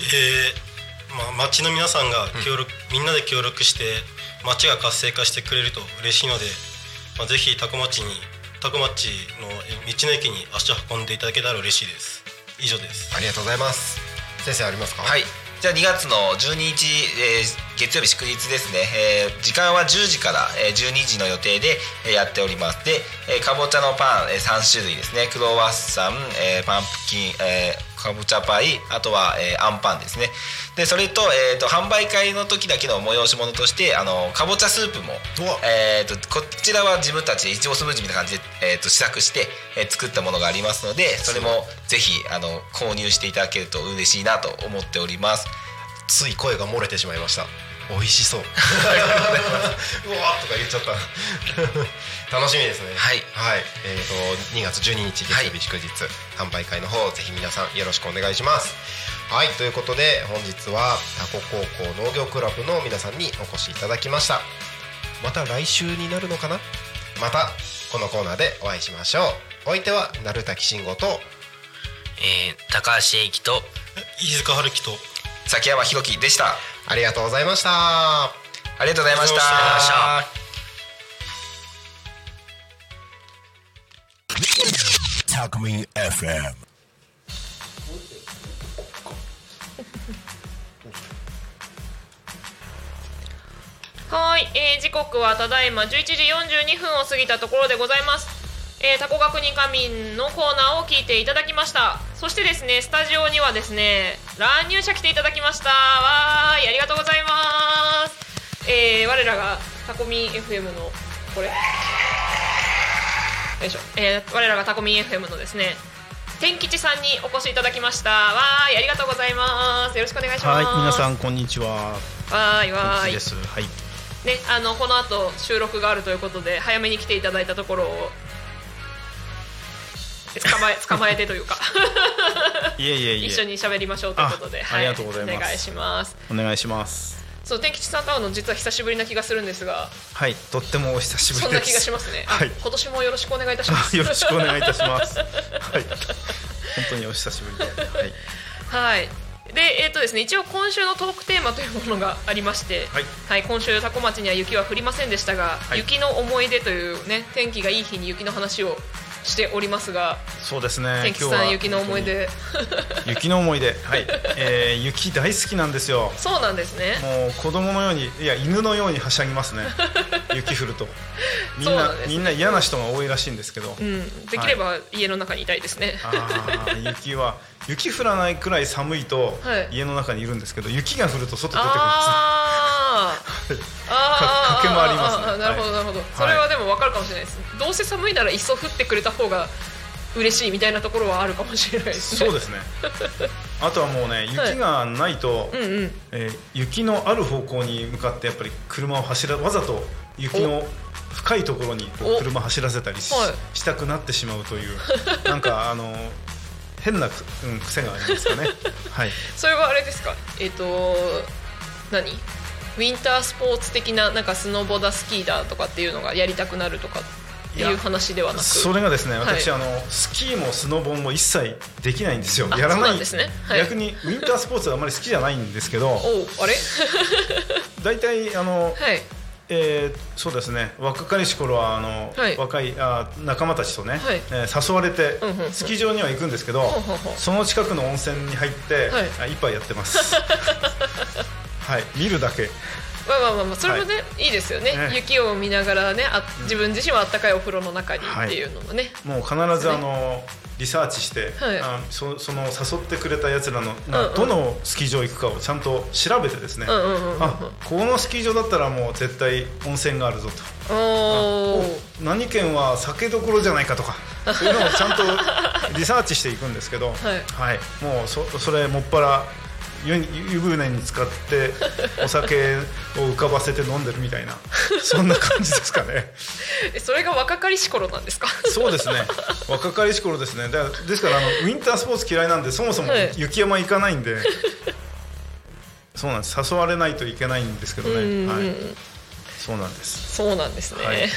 F: 町の皆さんがみんなで協力して町が活性化してくれると嬉しいので、ぜひタコ町の道の駅に足を運んでいただけたら嬉しいです。以上です。
D: ありがとうございます。先生ありますか？
G: はい、じゃあ2月の12日、月曜日祝日ですね、時間は10時から12時の予定でやっております。で、かぼちゃのパン3種類ですね。クロワッサン、パンプキン、かぼちゃパイ、あとはあんパンですね。でそれと、販売会の時だけの催し物としてかぼちゃスープも、こちらは自分たちでいちごスムージーみたいな感じで、試作して、作ったものがありますので、それもぜひ購入していただけると嬉しいなと思っております。
D: つい声が漏れてしまいました。美味しそう。ありがとうございます。うわーとか言っちゃった。楽しみですね。
G: はい、
D: 2月12日月曜日祝日、販売会の方ぜひ皆さんよろしくお願いします。はい、ということで本日はタコ高校農業クラブの皆さんにお越しいただきました。また来週になるのかな。またこのコーナーでお会いしましょう。お相手は鳴滝慎吾と、
E: 高橋英樹と
F: 飯塚春樹と
G: 崎山弘樹でした。
D: ありがとうございました。あ
G: りがとうございました。
B: タコミン FM。
C: はい、時刻はただいま11時42分を過ぎたところでございます。タコ学に仮眠のコーナーを聞いていただきました。そしてですね、スタジオにはですね、乱入者来ていただきました。わーい、ありがとうございます。我らがタコミン FM のこれよいしょ、我らがタコミン FM のですね、天吉さんにお越しいただきました。わーい、ありがとうございます。よろしくお願いします。
H: はい、皆さんこんにちは。
C: わーいわーい
H: です。はい。
C: ね、この後収録があるということで早めに来ていただいたところを捕まえてというか
H: いえ
C: 一緒に喋りましょうということで、
H: ありがとうございます。
C: お願いします。
H: お願いします。
C: そう、天吉さんと会うの実は久しぶりな気がするんですが、
H: はい、とってもお久しぶりです。
C: そんな気がしますね。
H: はい、
C: 今年もよろしくお願いいたします。
H: よろしくお願いいたします。はい、本当にお久しぶりで、
C: はい。で、ですね、一応今週のトークテーマというものがありまして、はい、今週タコ町には雪は降りませんでしたが、はい、雪の思い出というね、天気がいい日に雪の話をしておりますが、
H: そうですね、
C: 天気さん雪の思い出
H: 雪の思い出、はい、雪大好きなんですよ。
C: そうなんですね。
H: もう子供のように、いや犬のようにはしゃぎますね雪降るとみんな嫌な人が多いらしいんですけど、
C: うん、できれば家の中にいたいですね。
H: 雪降らないくらい寒いと家の中にいるんですけど、雪が降ると外出てくるんですね。駆け回りますね。
C: なるほどなるほど、それはでも分かるかもしれないです。どうせ寒いならいっそ降ってくれた方が嬉しいみたいなところはあるかもしれないですね。
H: そうですねあとはもうね、雪がないと、雪のある方向に向かってやっぱり車をわざと雪の深いところにこう車走らせたりしたくなってしまうというなんか変な癖がありますかね。はい。
C: それはあれですか。何ウィンタースポーツ的ななんかスノボだスキーだとかっていうのがやりなるとかっていう話ではなく、
H: それがですね、私、
C: はい、
H: スキーもスノボも一切できないんですよ。
C: やらないんですね、はい、
H: 逆にウィンタースポーツはあまり好きじゃないんですけど、
C: あれ
H: 大体
C: はい
H: そうですね、若かりし頃は
C: はい、
H: 若い仲間たちとね、はい誘われて、スキー場には行くんですけど、その近くの温泉に入って、一杯やってますはい、見るだけ。
C: まあそれもね、いいですよね、雪を見ながらね、自分自身はあったかいお風呂の中にっていうのもね、
H: もう必ずリサーチして、その誘ってくれたやつらのどのスキー場行くかをちゃんと調べてですね、このスキー場だったらもう絶対温泉があるぞと、何県は酒どころじゃないかとかそういうのをちゃんとリサーチしていくんですけど、もうそれもっぱら湯船に浸かってお酒を浮かばせて飲んでるみたいなそんな感じですかね
C: それが若かりし頃なんですか
H: そうですね、若かりし頃ですね。ですからウィンタースポーツ嫌いなんで、そもそも雪山行かないんで、そうなんです、誘われないといけないんですけどね、そうなんです。
C: そうなんですね、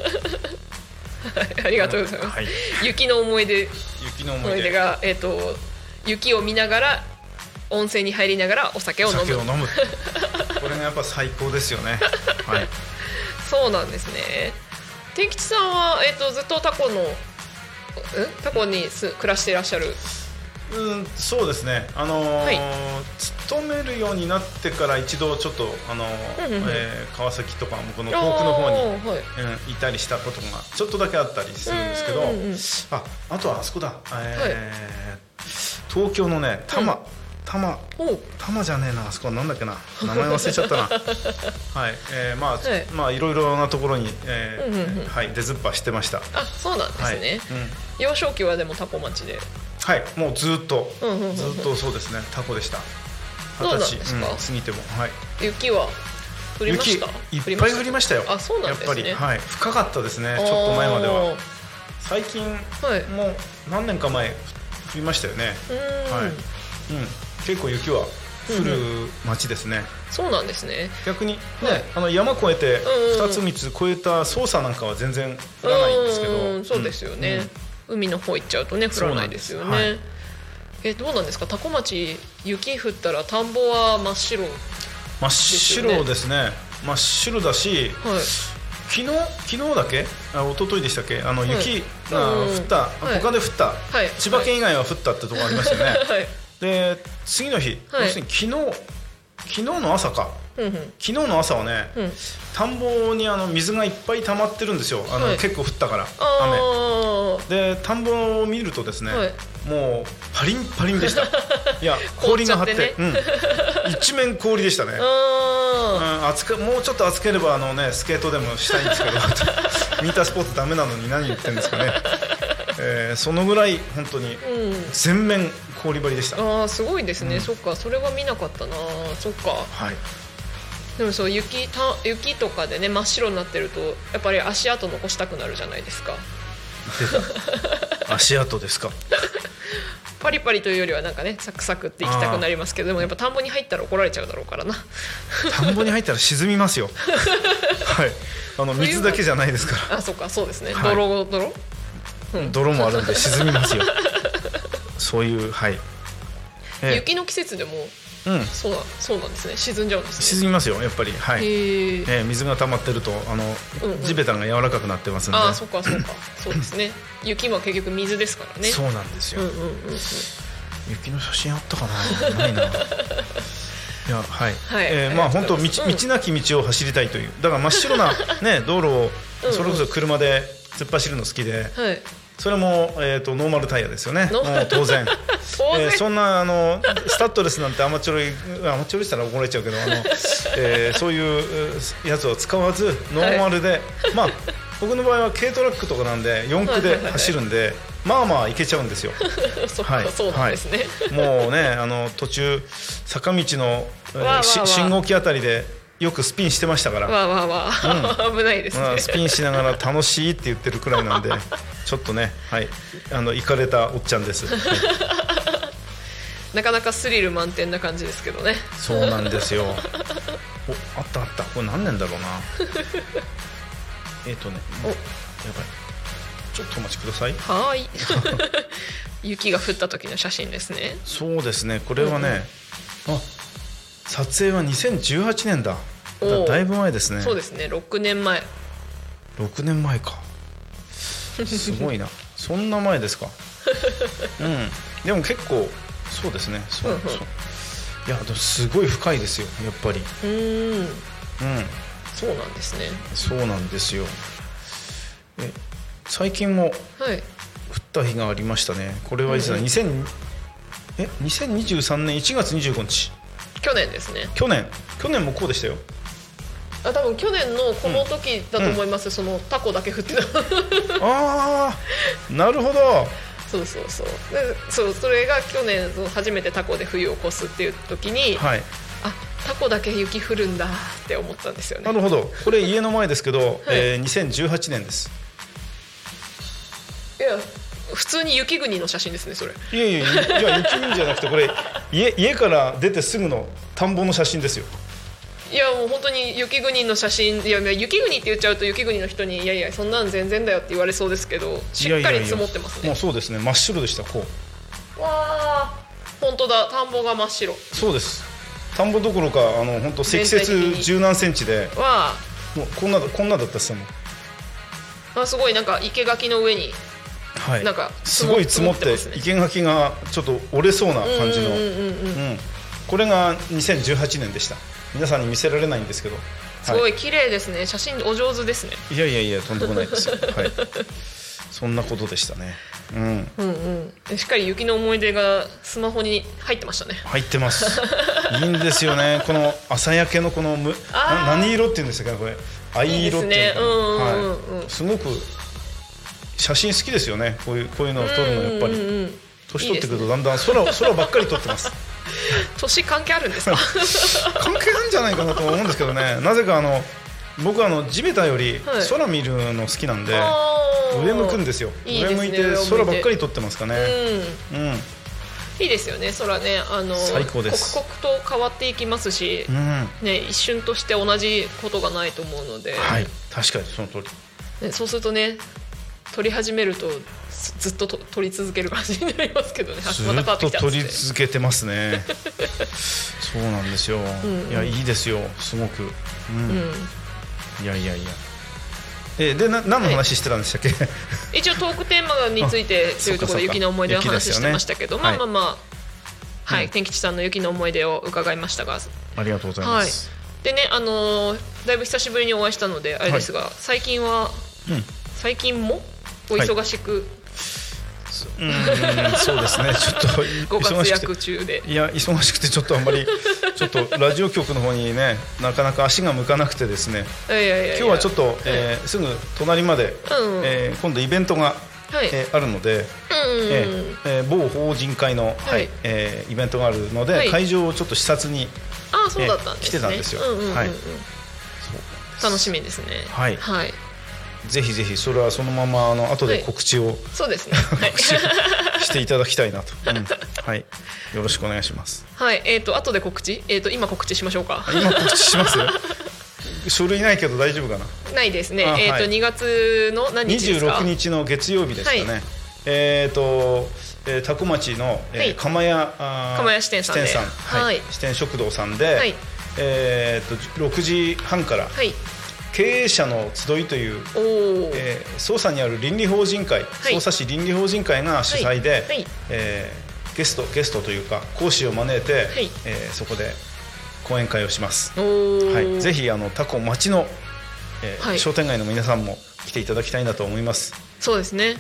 C: ありがとうございます、雪の思い出が、雪を見ながら温泉に入りながらお酒を飲む
H: これがやっぱ最高ですよね
C: そうなんですね。天吉さんは、ずっとタコに暮らしていらっしゃる。
H: そうですね、勤めるようになってから一度ちょっと川崎とかこの遠くの方にいたりしたことがちょっとだけあったりするんですけど、あとはあそこだ、東京のね多摩じゃねえな、あそこなんだっけな、名前忘れちゃったなまあいろいろなところに出ずっぱしてました。
C: そうなんですね。幼少期はでもタコ町で、
H: もうずっとそうですね、タコでした。
C: 20歳
H: 過ぎても。
C: 雪は降りました？
H: 雪いっぱい降りましたよ。
C: そうなんですね。
H: やっぱり深かったですね、ちょっと前までは。最近もう何年か前降りましたよね。結構雪は降る町ですね。
C: そうなんですね。
H: 逆に山越えて2つ3つ越えた捜査なんかは全然降らないんですけど、
C: そうですよね。海の方行っちゃうとね降らないですよね。どうなんですか、タコ町雪降ったら田んぼは真っ白
H: ですね。真っ白だし、昨日だっけ、一昨日でしたっけ、雪が降った、他で降った、千葉県以外は降ったってとこありましたよね。で次の日、要するに昨日の朝か、昨日の朝はね、田んぼに水がいっぱい溜まってるんですよ。結構降ったから雨で、田んぼを見るとですね、もうパリンパリンでした。いや氷が張って、一面氷でしたね。もうちょっと暑ければスケートでもしたいんですけどウィンタースポーツダメなのに何言ってるんですかね。そのぐらい本当に全面氷張りでした。
C: すごいですね。そっか、それは見なかったな。そっか。でもそう雪とかでね真っ白になってるとやっぱり足跡残したくなるじゃないですか。
H: 足跡ですか。
C: パリパリというよりはなんかねサクサクっていきたくなりますけど、でもやっぱ田んぼに入ったら怒られちゃうだろうからな。
H: 田んぼに入ったら沈みますよ。水だけじゃないですから。
C: そっか、そうですね。
H: 泥もあるんで沈みますよ。そういう
C: 雪の季節でもそうなんですね。沈んじゃうんですね。
H: 沈みますよやっぱり。水が溜まってると地べたが柔らかくなってますんで。
C: そっかそうですね。雪も結局水ですからね。
H: そうなんですよ。雪の写真あったかな、ないな。いやまあ本当道なき道を走りたいという、だから真っ白な道路をそれこそ車で突っ走るの好きで、それもノーマルタイヤですよね。もう当然そんなスタッドレスなんてアマチュアリしたら怒られちゃうけどそういうやつを使わずノーマルで、まあ僕の場合は軽トラックとかなんで4駆で走るんでまあいけちゃうんですよ。
C: そうなんですね。
H: もうね途中坂道の信号機あたりでよくスピンしてましたから。
C: 危ないですね。
H: スピンしながら楽しいって言ってるくらいなんでちょっとねイカれたおっちゃんです。
C: なかなかスリル満点な感じですけどね。
H: そうなんですよ。 あったこれ何年だろうなやばい、ちょっとお待ちください。
C: はい。雪が降った時の写真ですね。
H: そうですね、これはね、撮影は2018年だ。だいぶ前ですね。
C: そうですね、6年前。
H: 6年前か。すごいな。そんな前ですか。でも結構そうですね。いやでもすごい深いですよ、やっぱり。
C: そうなんですね。
H: そうなんですよ。最近も降った日がありましたね。これはいつだ、2023年1月25日。
C: 去年ですね。
H: 去年もこうでしたよ。
C: 多分去年のこの時だと思います。そのタコだけ降ってた。
H: なるほど。
C: そう。それが去年初めてタコで冬を越すっていう時に、タコだけ雪降るんだって思ったんですよね。
H: なるほど。これ家の前ですけど、2018年です。
C: いや普通に雪国の写真ですね、それ。
H: いや雪国じゃなくて、これ家から出てすぐの田んぼの写真ですよ。
C: いやもう本当に雪国の写真。いや雪国って言っちゃうと雪国の人にいやそんなん全然だよって言われそうですけど、しっかり積もってますね。
H: もうそうですね、真っ白でした。こ
C: うわー、本当だ、田んぼが真っ白。
H: そうです。田んぼどころか本当積雪十何センチで、もうこんなだったっすもん。
C: すごいなんか生垣の上に、なんか
H: すごい積もって生垣がちょっと折れそうな感じの。これが2018年でした。皆さんに見せられないんですけど、
C: すごい綺麗ですね。写真お上手ですね。
H: いやとんでもないですよ。そんなことでしたね。
C: しっかり雪の思い出がスマホに入ってましたね。
H: 入ってます。いいんですよね。この朝焼けのこの何色っていうんですかね、これ藍色っていうの。すごく写真好きですよね。こういうのを撮るのやっぱり。年取ってくるとだんだん空ばっかり撮ってます。
C: 年関係あるんですか？
H: 関係あるんじゃないかなと思うんですけどね。なぜか僕地べたより空見るの好きなんで、上向くんですよ。上向いて空ばっかり撮ってますかね。い
C: いですよね、空ね。
H: 最高です。
C: 刻々と変わっていきますし、一瞬として同じことがないと思うので。
H: 確かにその通り。
C: そうするとね、撮り始めるとずっと撮り続ける感じになりますけどね。
H: ずっと撮り続けてますね。そうなんですよ。いやいいですよ、すごく。いやで何の話してたんでしたっけ？
C: 一応トークテーマについてというところで雪の思い出の話してましたけど、天吉さんの雪の思い出を伺いましたが、
H: ありがとうございます。
C: でね、だいぶ久しぶりにお会いしたのであれですが、最近もお忙しく、
H: そうですね、ちょっと
C: ご活躍中で。
H: いや忙しくてちょっとあんまりちょっとラジオ局の方にねなかなか足が向かなくてですね。今日はちょっとすぐ隣まで今度イベントがあるので、某法人会のイベントがあるので、会場をちょっと視察に来てたんですよ。
C: 楽しみですね。
H: ぜひぜひそれはそのまま後で告知を、
C: そうですね、
H: していただきたいなと。よろしくお願いします。
C: 後で告知、今告知しましょうか。
H: 今告知しますよ。書類ないけど大丈夫かな。
C: ないですね。2月の何日ですか
H: ？26日の月曜日でしたね。多古町の釜屋支店さんで、支店食堂さんで6時半から経営者の集いという匝瑳にある倫理法人会、匝瑳市倫理法人会が主催で、ゲストというか講師を招いて、そこで講演会をします。ぜひ多古町の、商店街の皆さんも来ていただきたいなと思います。
C: そうですね。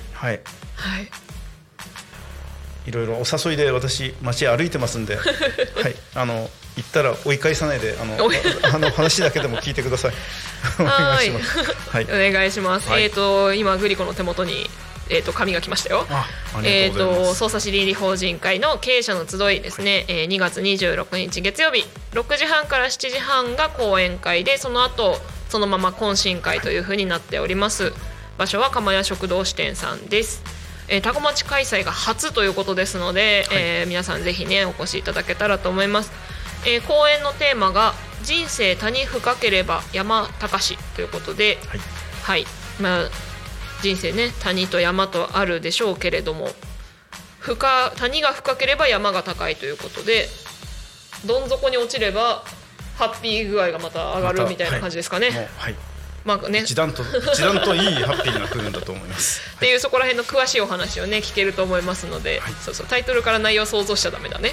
H: いろいろお誘いで私街歩いてますんで、行ったら追い返さないで話だけでも聞いてください。お願いします。
C: お願いします。今グリコの手元に紙が来ましたよ。匝瑳市倫理法人会の経営者の集いですね。2月26日月曜日6時半から7時半が講演会で、その後そのまま懇親会という風になっております。場所は釜屋食堂支店さんです。多古町開催が初ということですので、皆さんぜひねお越しいただけたらと思います。講演のテーマが人生谷深ければ山高しということで、はい、人生ね谷と山とあるでしょうけれども、谷が深ければ山が高いということで、どん底に落ちればハッピー具合がまた上がるみたいな感じですかね。一段といいハッピーが来るんだと思いますっていうそこら辺の詳しいお話をね聞けると思いますので、そうタイトルから内容を想像しちゃダメだね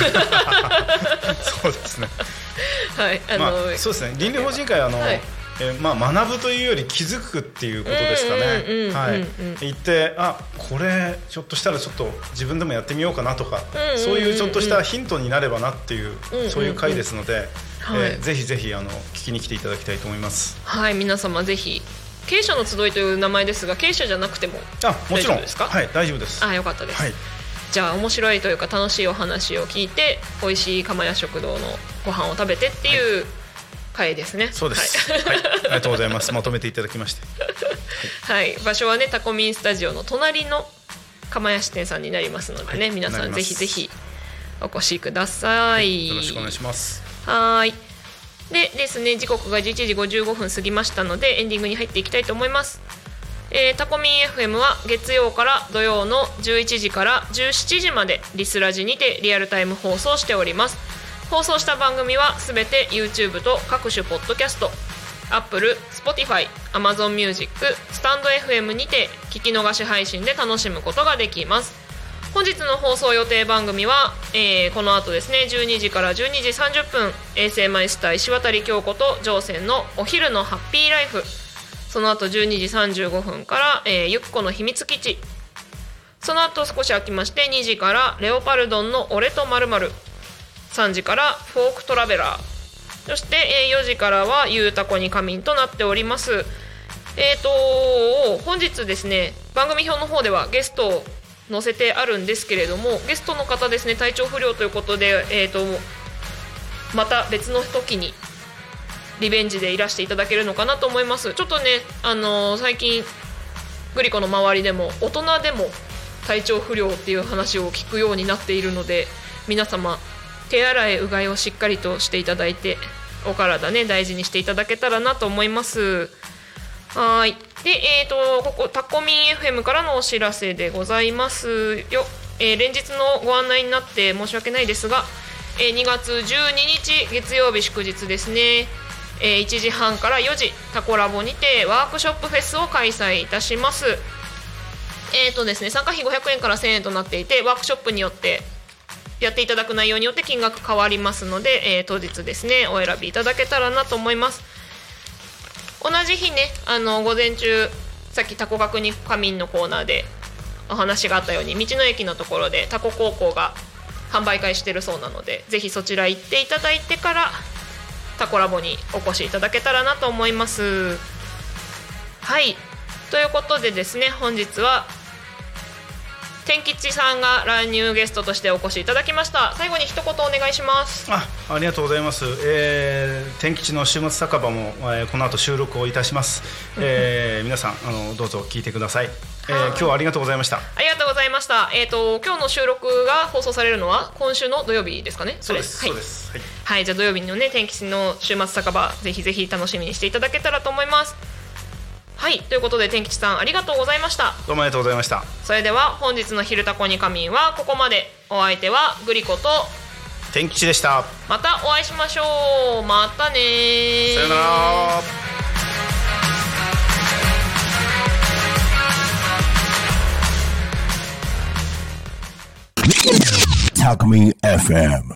H: そうですね
C: はい
H: そうですね。倫理法人会は学ぶというより気づくっていうことですかね。言ってこれひょっとしたらちょっと自分でもやってみようかなとか、そういうちょっとしたヒントになればなっていう、そういう会ですので、ぜひぜひ聞きに来ていただきたいと思います。
C: はい、皆様ぜひ経営者の集いという名前ですが、経営者じゃなくても大丈夫ですか？
H: はい、大丈夫です。
C: よかったです。じゃあ面白いというか楽しいお話を聞いて、美味しい釜屋食堂のご飯を食べてっていう会ですね。
H: そうです。ありがとうございます。まとめていただきまして。
C: 場所はねタコミンスタジオの隣の釜屋支店さんになりますのでね、皆さんぜひぜひお越しください。
H: よろしくお願いします。
C: でですね、時刻が11時55分過ぎましたのでエンディングに入っていきたいと思います。タコミン FM は月曜から土曜の11時から17時までリスラジにてリアルタイム放送しております。放送した番組はすべて YouTube と各種ポッドキャスト、Apple、Spotify、Amazon Music、スタンド FM にて聞き逃し配信で楽しむことができます。本日の放送予定番組は、この後ですね12時から12時30分衛星マイスター石渡京子と乗船のお昼のハッピーライフ、その後12時35分から、ゆっこの秘密基地、その後少し空きまして2時からレオパルドンの俺と〇〇、3時からフォークトラベラー、そして4時からはゆうたこに仮眠となっております。本日ですね番組表の方ではゲストを載せてあるんですけれども、ゲストの方ですね体調不良ということで、また別の時にリベンジでいらしていただけるのかなと思います。ちょっとね、最近グリコの周りでも大人でも体調不良っていう話を聞くようになっているので、皆様手洗いうがいをしっかりとしていただいて、お体ね大事にしていただけたらなと思います。で、ここタコミン FM からのお知らせでございますよ。連日のご案内になって申し訳ないですが、2月12日月曜日祝日ですね、1時半から4時タコラボにてワークショップフェスを開催いたします。ですね、参加費500円から1000円となっていて、ワークショップによってやっていただく内容によって金額変わりますので、当日ですねお選びいただけたらなと思います。同じ日ね午前中さっきタコ学に仮眠のコーナーでお話があったように道の駅のところでタコ高校が販売会してるそうなので、ぜひそちら行っていただいてからタコラボにお越しいただけたらなと思います。ということでですね、本日は天吉さんが乱入ゲストとしてお越しいただきました。最後に一言お願いします。
H: ありがとうございます。天吉の週末酒場も、この後収録をいたします。皆さんどうぞ聞いてください。今日はありがとうございました。
C: ありがとうございました。今日の収録が放送されるのは今週の土曜日ですかね。
H: そうです。そうです。
C: じゃあ土曜日のね天吉の週末酒場ぜひぜひ楽しみにしていただけたらと思います。ということで天吉さんありがとうございました。
H: どうもありがとうございました。
C: それでは本日の昼タコに仮眠はここまで。お相手はグリコと
H: 天吉でした。
C: またお会いしましょう。またね。
H: さよなら。
B: タコミン FM